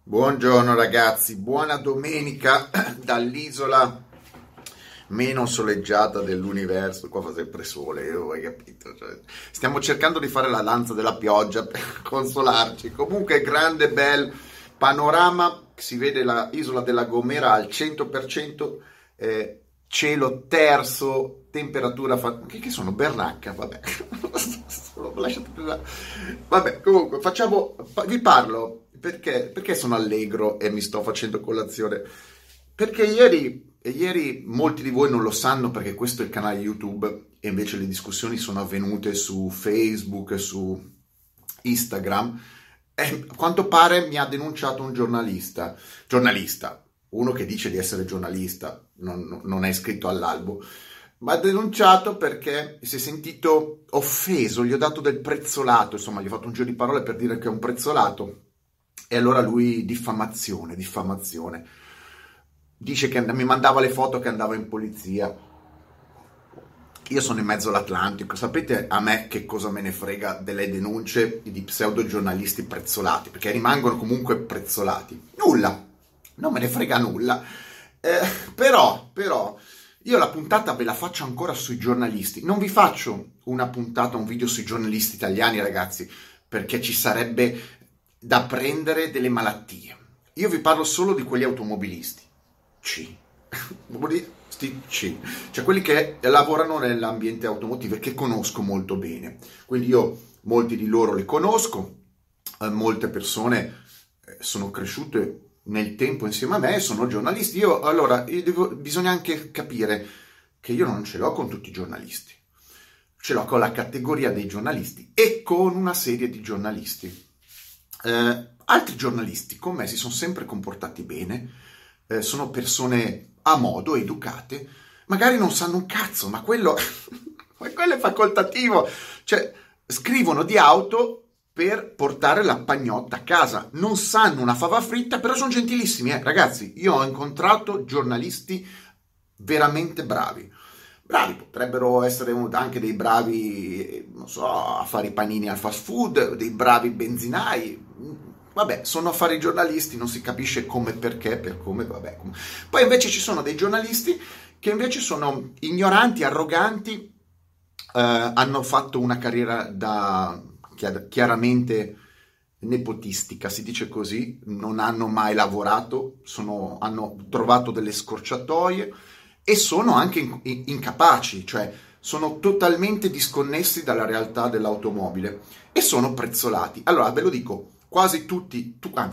Buongiorno ragazzi, buona domenica dall'isola meno soleggiata dell'universo. Qua fa sempre sole, hai capito? Cioè, stiamo cercando di fare la danza della pioggia per consolarci. Comunque grande bel panorama, si vede l'isola della Gomera al 100%, cielo terso, temperatura che sono berracca, vabbè. Vabbè, comunque vi parlo perché sono allegro e mi sto facendo colazione. Perché ieri molti di voi non lo sanno perché questo è il canale YouTube e invece le discussioni sono avvenute su Facebook, su Instagram. E a quanto pare mi ha denunciato un giornalista, uno che dice di essere giornalista, non è iscritto all'albo, ma ha denunciato perché si è sentito offeso, gli ho dato del prezzolato, insomma gli ho fatto un giro di parole per dire che è un prezzolato e allora lui diffamazione. Dice che mi mandava le foto che andava in polizia. Io sono in mezzo all'Atlantico, sapete a me che cosa me ne frega delle denunce di pseudogiornalisti prezzolati, perché rimangono comunque prezzolati. Nulla, non me ne frega nulla. Però, io la puntata ve la faccio ancora sui giornalisti. Non vi faccio un video sui giornalisti italiani, ragazzi, perché ci sarebbe da prendere delle malattie. Io vi parlo solo di quelli automobilisti. Cioè quelli che lavorano nell'ambiente automotivo e che conosco molto bene. Quindi io molti di loro li conosco, molte persone sono cresciute nel tempo insieme a me, sono giornalisti. Bisogna anche capire che io non ce l'ho con tutti i giornalisti, ce l'ho con la categoria dei giornalisti e con una serie di giornalisti. Altri giornalisti con me si sono sempre comportati bene, sono persone a modo, educate, magari non sanno un cazzo, ma quello è facoltativo, cioè scrivono di auto per portare la pagnotta a casa, non sanno una fava fritta, però sono gentilissimi, ragazzi. Io ho incontrato giornalisti veramente bravi, potrebbero essere anche dei bravi, non so, a fare i panini al fast food, dei bravi benzinai. Vabbè, sono affari giornalisti, non si capisce come, perché, per come, vabbè. Poi invece ci sono dei giornalisti che invece sono ignoranti, arroganti, hanno fatto una carriera chiaramente nepotistica, si dice così, non hanno mai lavorato, hanno trovato delle scorciatoie e sono anche incapaci, cioè sono totalmente disconnessi dalla realtà dell'automobile e sono prezzolati. Allora, ve lo dico, quasi tutti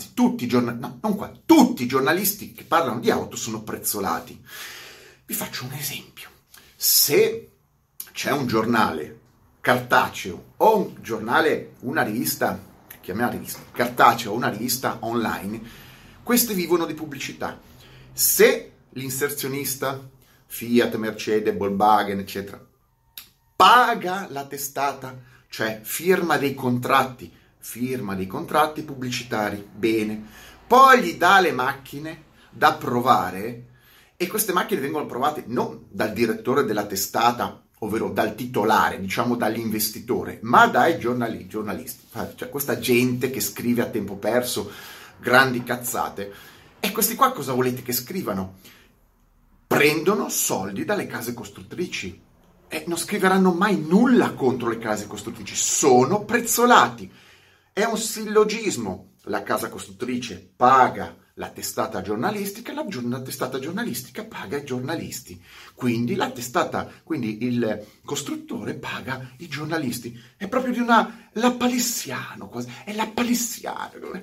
i giornalisti che parlano di auto sono prezzolati. Vi faccio un esempio. Se c'è un giornale cartaceo o un giornale, una rivista, chiamiamola rivista, cartaceo o una rivista online, queste vivono di pubblicità. Se l'inserzionista, Fiat, Mercedes, Volkswagen, eccetera, paga la testata, cioè firma dei contratti pubblicitari, bene, poi gli dà le macchine da provare e queste macchine vengono provate non dal direttore della testata, ovvero dal titolare, diciamo dall'investitore, ma dai giornalisti, cioè questa gente che scrive a tempo perso grandi cazzate. E questi qua cosa volete che scrivano? Prendono soldi dalle case costruttrici e non scriveranno mai nulla contro le case costruttrici, sono prezzolati. È un sillogismo. La casa costruttrice paga la testata giornalistica, la testata giornalistica paga i giornalisti. Quindi il costruttore paga i giornalisti. È proprio di una lapalissiano, quasi. È lapalissiano.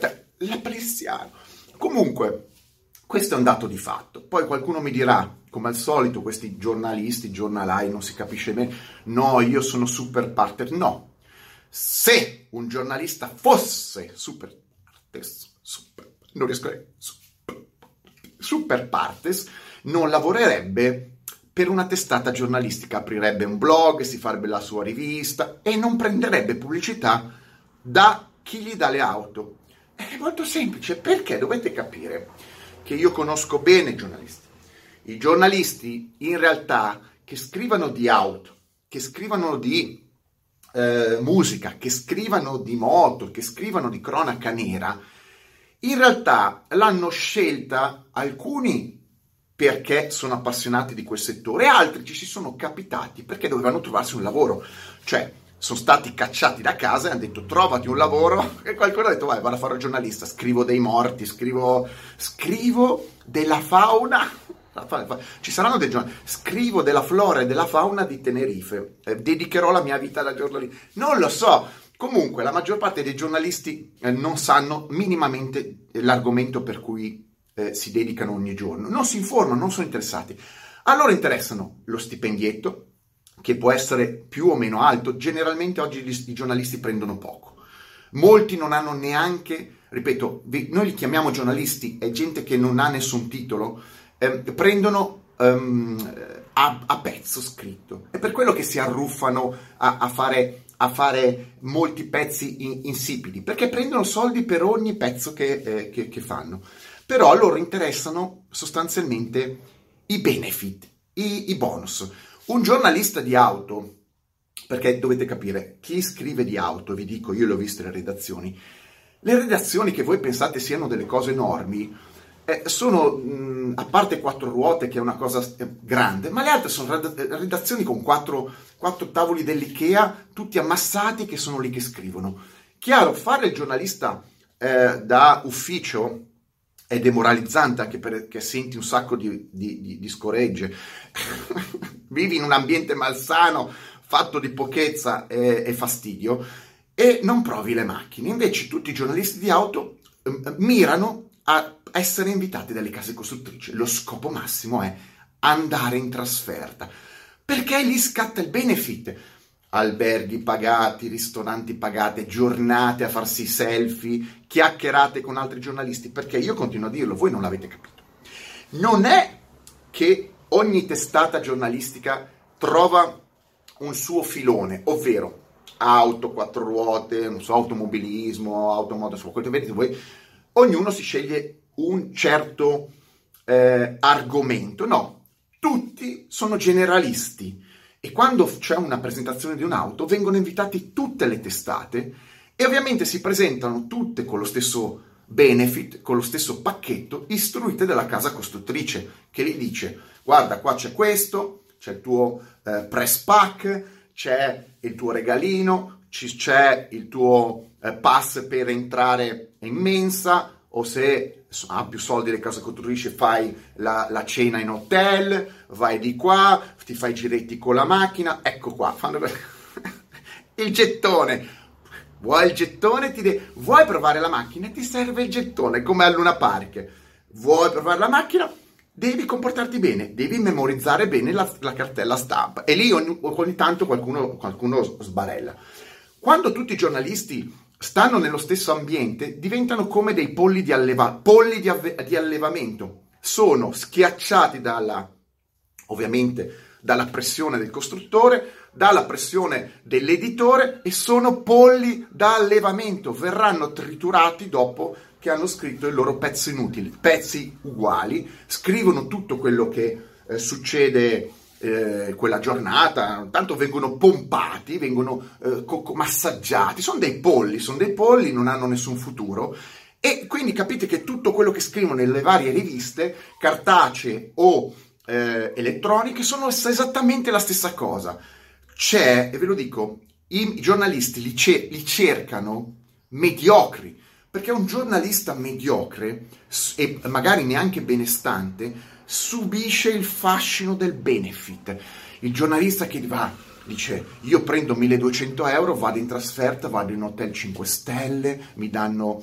Comunque, questo è un dato di fatto. Poi qualcuno mi dirà, come al solito, questi giornalisti, giornalai, non si capisce bene. No, io sono super parter. No. Se un giornalista fosse super partes, non lavorerebbe per una testata giornalistica, aprirebbe un blog, si farebbe la sua rivista e non prenderebbe pubblicità da chi gli dà le auto. È molto semplice, perché dovete capire che io conosco bene i giornalisti. I giornalisti, in realtà, che scrivano di auto, che scrivano di musica, che scrivano di moto, che scrivano di cronaca nera, In realtà l'hanno scelta alcuni perché sono appassionati di quel settore, e altri ci si sono capitati perché dovevano trovarsi un lavoro, cioè sono stati cacciati da casa e hanno detto trovati un lavoro, e qualcuno ha detto vai, vado a fare il giornalista, scrivo dei morti, scrivo della fauna, ci saranno dei giornali, scrivo della flora e della fauna di Tenerife, dedicherò la mia vita da giornalista, non lo so. Comunque la maggior parte dei giornalisti non sanno minimamente l'argomento per cui si dedicano ogni giorno, non si informano, non sono interessati. A loro interessano lo stipendietto, che può essere più o meno alto. Generalmente oggi i giornalisti prendono poco. Molti non hanno neanche, ripeto, noi li chiamiamo giornalisti, è gente che non ha nessun titolo, prendono a pezzo scritto. È per quello che si arruffano a fare molti pezzi insipidi, perché prendono soldi per ogni pezzo che fanno. Però a loro interessano sostanzialmente i benefit, i bonus. Un giornalista di auto, perché dovete capire, chi scrive di auto, vi dico, io le ho viste le redazioni che voi pensate siano delle cose enormi, sono, a parte quattro ruote, che è una cosa grande, ma le altre sono redazioni con quattro tavoli dell'Ikea, tutti ammassati, che sono lì che scrivono. Chiaro, fare il giornalista da ufficio è demoralizzante, anche perché senti un sacco di scoregge, vivi in un ambiente malsano, fatto di pochezza e fastidio, e non provi le macchine. Invece tutti i giornalisti di auto mirano a essere invitati dalle case costruttrici. Lo scopo massimo è andare in trasferta, perché lì scatta il benefit. Alberghi pagati, ristoranti pagati, giornate a farsi selfie, chiacchierate con altri giornalisti, perché io continuo a dirlo, voi non l'avete capito. Non è che ogni testata giornalistica trova un suo filone, ovvero auto, quattro ruote, non so, automobilismo, automotorsport, quello che vedete voi, ognuno si sceglie un certo argomento. No, tutti sono generalisti. E quando c'è una presentazione di un'auto vengono invitati tutte le testate e ovviamente si presentano tutte con lo stesso benefit, con lo stesso pacchetto, istruite dalla casa costruttrice, che gli dice guarda, qua c'è questo, c'è il tuo press pack, c'è il tuo regalino, c'è il tuo pass per entrare in mensa, o se ha più soldi le case costruttrici fai la cena in hotel, vai di qua, ti fai giretti con la macchina, ecco qua, fanno il gettone. Vuoi il gettone? Vuoi provare la macchina? Ti serve il gettone, come al Luna Park. Vuoi provare la macchina? Devi comportarti bene, devi memorizzare bene la cartella stampa. E lì ogni tanto qualcuno sbarella. Quando tutti i giornalisti stanno nello stesso ambiente, diventano come dei polli di allevamento. Sono schiacciati ovviamente dalla pressione del costruttore, dalla pressione dell'editore, e sono polli da allevamento. Verranno triturati dopo che hanno scritto il loro pezzo inutile, pezzi uguali, scrivono tutto quello che succede quella giornata, tanto vengono pompati, vengono massaggiati, sono dei polli, non hanno nessun futuro. E quindi capite che tutto quello che scrivono nelle varie riviste, cartacee o elettroniche, sono esattamente la stessa cosa. C'è, e ve lo dico, i giornalisti li cercano mediocri, perché un giornalista mediocre e magari neanche benestante subisce il fascino del benefit. Il giornalista che dice io prendo 1200 euro, vado in trasferta, vado in hotel 5 stelle, mi danno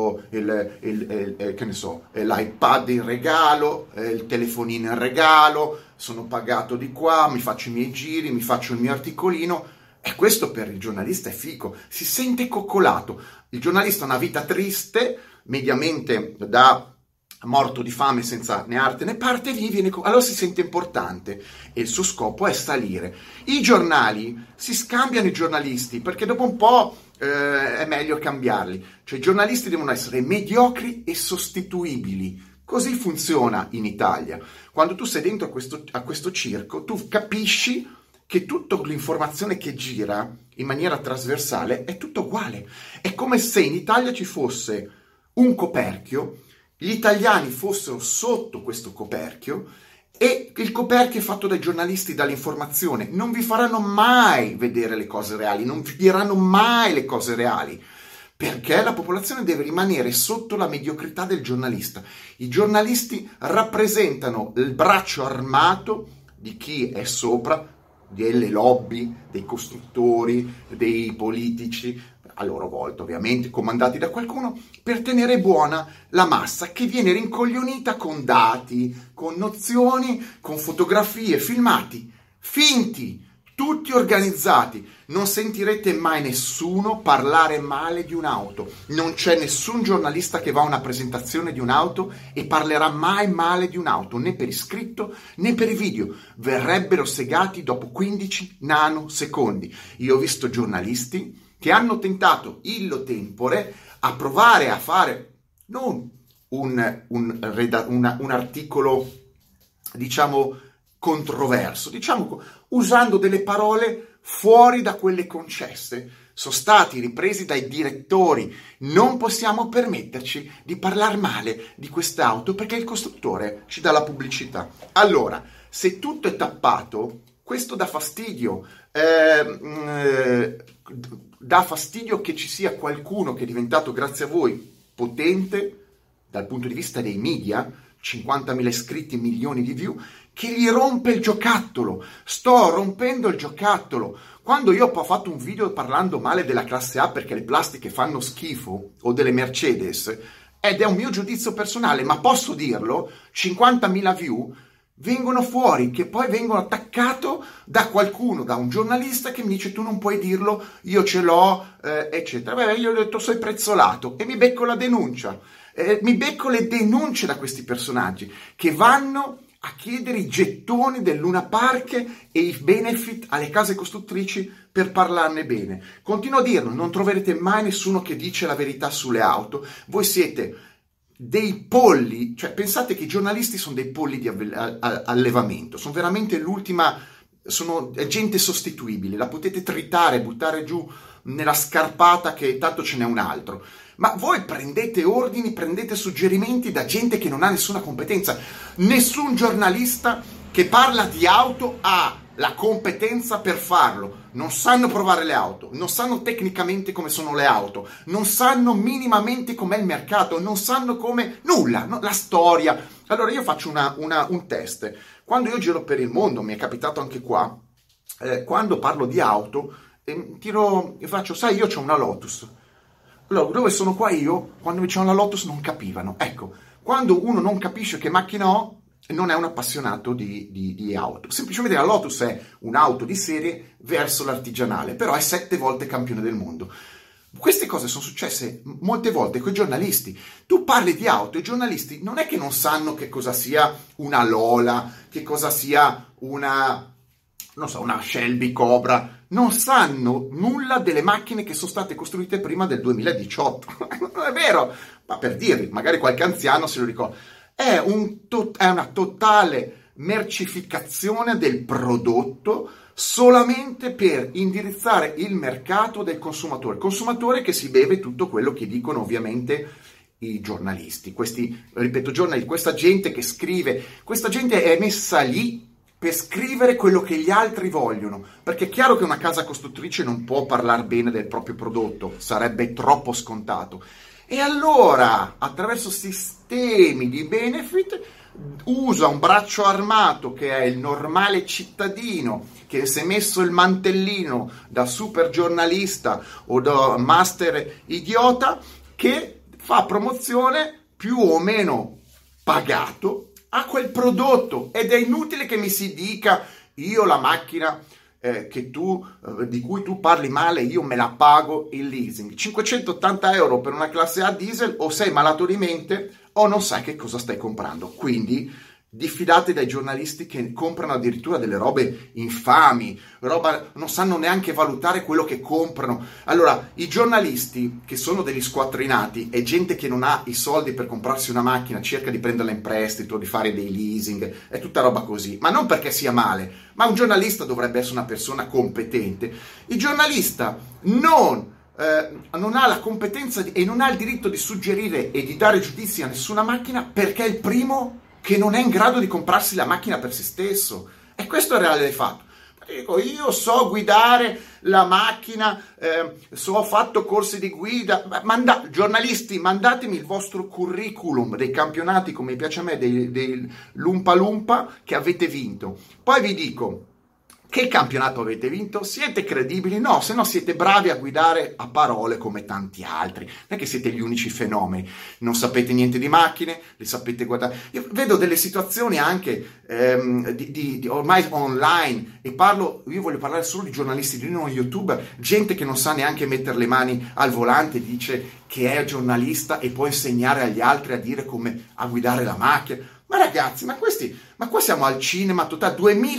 che ne so, l'iPad in regalo, il telefonino in regalo, sono pagato di qua, mi faccio i miei giri, mi faccio il mio articolino. E questo per il giornalista è fico, si sente coccolato. Il giornalista ha una vita triste, mediamente da morto di fame senza né arte né parte, allora si sente importante e il suo scopo è salire. I giornali si scambiano i giornalisti, perché dopo un po' è meglio cambiarli. Cioè i giornalisti devono essere mediocri e sostituibili. Così funziona in Italia. Quando tu sei dentro a questo circo, tu capisci che tutta l'informazione che gira in maniera trasversale è tutto uguale. È come se in Italia ci fosse un coperchio, gli italiani fossero sotto questo coperchio e il coperchio è fatto dai giornalisti, dall'informazione. Non vi faranno mai vedere le cose reali, non vi diranno mai le cose reali, perché la popolazione deve rimanere sotto la mediocrità del giornalista. I giornalisti rappresentano il braccio armato di chi è sopra, delle lobby, dei costruttori, dei politici, a loro volta ovviamente comandati da qualcuno, per tenere buona la massa che viene rincoglionita con dati, con nozioni, con fotografie, filmati, finti, tutti organizzati. Non sentirete mai nessuno parlare male di un'auto. Non c'è nessun giornalista che va a una presentazione di un'auto e parlerà mai male di un'auto, né per iscritto né per i video. Verrebbero segati dopo 15 nanosecondi. Io ho visto giornalisti che hanno tentato illo tempore a provare a fare non un articolo, diciamo, controverso, diciamo, usando delle parole fuori da quelle concesse. Sono stati ripresi dai direttori. Non possiamo permetterci di parlare male di quest'auto perché il costruttore ci dà la pubblicità. Allora, se tutto è tappato, questo dà fastidio. Dà fastidio che ci sia qualcuno che è diventato, grazie a voi, potente dal punto di vista dei media, 50.000 iscritti, milioni di view, che gli rompe il giocattolo. Sto rompendo il giocattolo. Quando io ho fatto un video parlando male della classe A perché le plastiche fanno schifo, o delle Mercedes, ed è un mio giudizio personale, ma posso dirlo, 50.000 view vengono fuori, che poi vengono attaccato da qualcuno, da un giornalista che mi dice tu non puoi dirlo, io ce l'ho, eccetera. Beh, io ho detto sei prezzolato e mi becco la denuncia. Mi becco le denunce da questi personaggi che vanno a chiedere i gettoni del Luna Park e i benefit alle case costruttrici per parlarne bene. Continuo a dirlo, non troverete mai nessuno che dice la verità sulle auto. Voi siete dei polli, cioè pensate che i giornalisti sono dei polli di allevamento, sono veramente l'ultima, sono gente sostituibile, la potete tritare, buttare giù nella scarpata che tanto ce n'è un altro, ma voi prendete ordini, prendete suggerimenti da gente che non ha nessuna competenza. Nessun giornalista che parla di auto ha la competenza per farlo. Non sanno provare le auto, non sanno tecnicamente come sono le auto, non sanno minimamente com'è il mercato, non sanno come nulla, no? La storia. Allora io faccio un test. Quando io giro per il mondo, mi è capitato anche qua, quando parlo di auto, faccio, sai, io c'ho una Lotus. Allora, dove sono qua io, quando mi c'è una Lotus non capivano. Ecco, quando uno non capisce che macchina ho, non è un appassionato di auto. Semplicemente la Lotus è un'auto di serie verso l'artigianale, però è 7 volte campione del mondo. Queste cose sono successe molte volte con i giornalisti. Tu parli di auto, i giornalisti non è che non sanno che cosa sia una Lola, che cosa sia una Shelby Cobra, non sanno nulla delle macchine che sono state costruite prima del 2018. Non è vero, ma per dirvi, magari qualche anziano se lo ricorda. È una totale mercificazione del prodotto solamente per indirizzare il mercato del consumatore. Il consumatore che si beve tutto quello che dicono ovviamente i giornalisti. Questa gente che scrive, questa gente è messa lì per scrivere quello che gli altri vogliono, perché è chiaro che una casa costruttrice non può parlare bene del proprio prodotto, sarebbe troppo scontato. E allora, attraverso sistemi di benefit, usa un braccio armato che è il normale cittadino, che si è messo il mantellino da super giornalista o da master idiota, che fa promozione più o meno pagato a quel prodotto. Ed è inutile che mi si dica io la macchina di cui tu parli male, io me la pago il leasing. 580 euro per una classe A diesel, o sei malato di mente o non sai che cosa stai comprando. Quindi diffidate dai giornalisti che comprano addirittura delle robe infami, non sanno neanche valutare quello che comprano. Allora, i giornalisti che sono degli squattrinati e gente che non ha i soldi per comprarsi una macchina, cerca di prenderla in prestito, di fare dei leasing, è tutta roba così, ma non perché sia male, ma un giornalista dovrebbe essere una persona competente. Il giornalista non non ha la competenza e non ha il diritto di suggerire e di dare giudizi a nessuna macchina, perché è il primo che non è in grado di comprarsi la macchina per se stesso. E questo è il reale dei fatti. Dico, io so guidare la macchina, ho fatto corsi di guida, giornalisti, mandatemi il vostro curriculum dei campionati, come piace a me, dei Lumpa Lumpa che avete vinto. Poi vi dico, che campionato avete vinto? Siete credibili? No, se no siete bravi a guidare a parole come tanti altri. Non è che siete gli unici fenomeni. Non sapete niente di macchine, le sapete guardare. Io vedo delle situazioni anche ormai online e io voglio parlare solo di giornalisti, di non youtuber, gente che non sa neanche mettere le mani al volante, dice che è giornalista e può insegnare agli altri a dire come a guidare la macchina. Ma ragazzi, ma qua siamo al cinema totale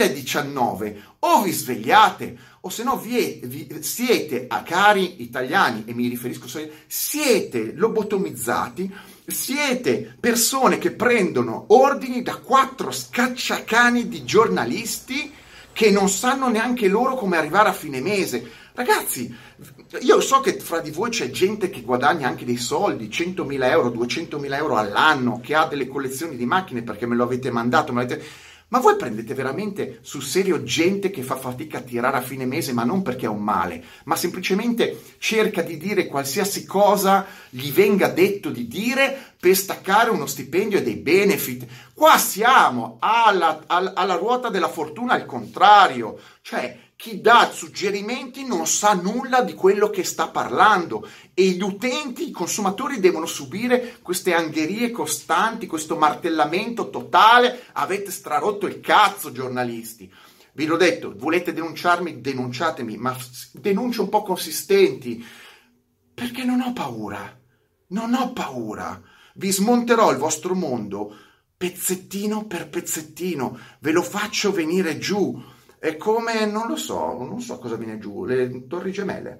2019, o vi svegliate, o se no siete, cari italiani, e mi riferisco siete lobotomizzati, siete persone che prendono ordini da 4 scacciacani di giornalisti che non sanno neanche loro come arrivare a fine mese. Ragazzi, io so che fra di voi c'è gente che guadagna anche dei soldi, 100.000 euro, 200.000 euro all'anno, che ha delle collezioni di macchine perché me lo avete mandato, ma voi prendete veramente sul serio gente che fa fatica a tirare a fine mese, ma non perché è un male, ma semplicemente cerca di dire qualsiasi cosa gli venga detto di dire per staccare uno stipendio e dei benefit. Qua siamo alla ruota della fortuna al contrario, cioè chi dà suggerimenti non sa nulla di quello che sta parlando e gli utenti, i consumatori devono subire queste angherie costanti, questo martellamento totale. Avete strarotto il cazzo, giornalisti. Vi l'ho detto, volete denunciarmi? Denunciatemi, ma denunce un po' consistenti, perché non ho paura. Non ho paura. Vi smonterò il vostro mondo pezzettino per pezzettino, ve lo faccio venire giù. È come, non so cosa viene giù, le Torri Gemelle.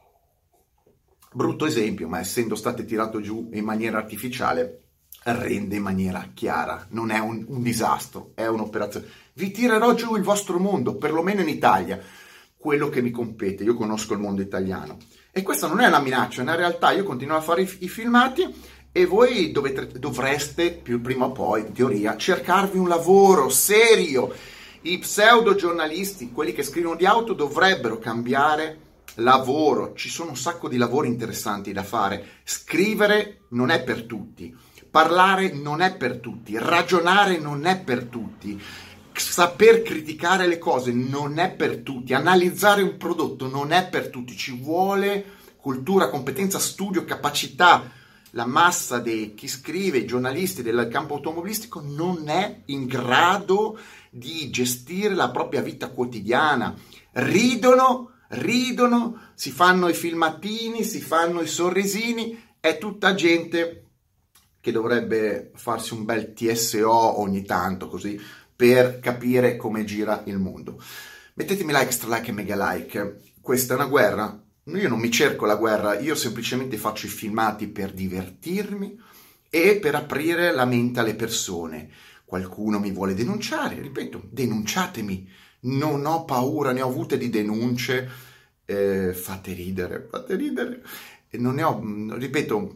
Brutto esempio, ma essendo state tirate giù in maniera artificiale, rende in maniera chiara. Non è un disastro, è un'operazione. Vi tirerò giù il vostro mondo, perlomeno in Italia, quello che mi compete. Io conosco il mondo italiano. E questa non è una minaccia, è una realtà. Io continuo a fare i filmati e voi dovreste, più prima o poi, in teoria, cercarvi un lavoro serio. I pseudo giornalisti, quelli che scrivono di auto, dovrebbero cambiare lavoro. Ci sono un sacco di lavori interessanti da fare. Scrivere non è per tutti, parlare non è per tutti, ragionare non è per tutti, saper criticare le cose non è per tutti, analizzare un prodotto non è per tutti. Ci vuole cultura, competenza, studio, capacità. La massa di chi scrive, i giornalisti del campo automobilistico, non è in grado di gestire la propria vita quotidiana. Ridono, si fanno i filmatini, si fanno i sorrisini. È tutta gente che dovrebbe farsi un bel TSO ogni tanto, così, per capire come gira il mondo. Mettetemi like, extra like e mega like. Questa è una guerra? Io non mi cerco la guerra, io semplicemente faccio i filmati per divertirmi e per aprire la mente alle persone. Qualcuno mi vuole denunciare, ripeto, denunciatemi, non ho paura, ne ho avute di denunce, fate ridere, non ne ho, ripeto,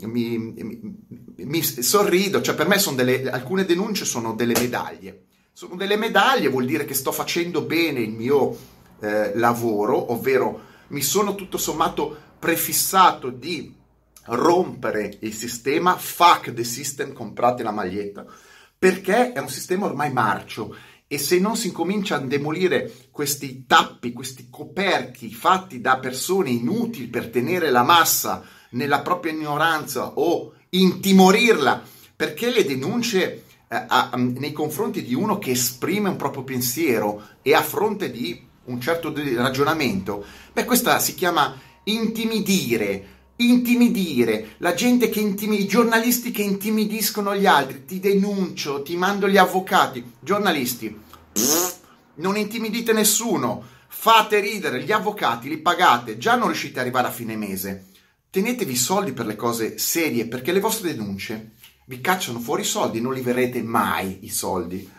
mi sorrido, cioè per me alcune denunce sono delle medaglie, vuol dire che sto facendo bene il mio lavoro, ovvero mi sono tutto sommato prefissato di rompere il sistema, fuck the system, comprate la maglietta, perché è un sistema ormai marcio e se non si incomincia a demolire questi tappi, questi coperchi fatti da persone inutili per tenere la massa nella propria ignoranza o intimorirla, perché le denunce nei confronti di uno che esprime un proprio pensiero e a fronte di un certo ragionamento, questa si chiama intimidire, la gente che i giornalisti che intimidiscono gli altri, ti denuncio, ti mando gli avvocati, giornalisti, non intimidite nessuno, fate ridere, gli avvocati li pagate, già non riuscite ad arrivare a fine mese, tenetevi i soldi per le cose serie, perché le vostre denunce vi cacciano fuori i soldi, non li verrete mai i soldi.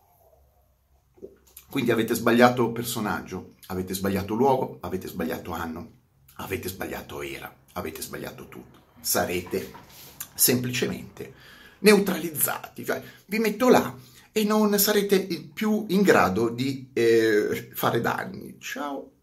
Quindi avete sbagliato personaggio, avete sbagliato luogo, avete sbagliato anno, avete sbagliato era. avete sbagliato tutto. Sarete semplicemente neutralizzati. Cioè, vi metto là e non sarete più in grado di fare danni. Ciao.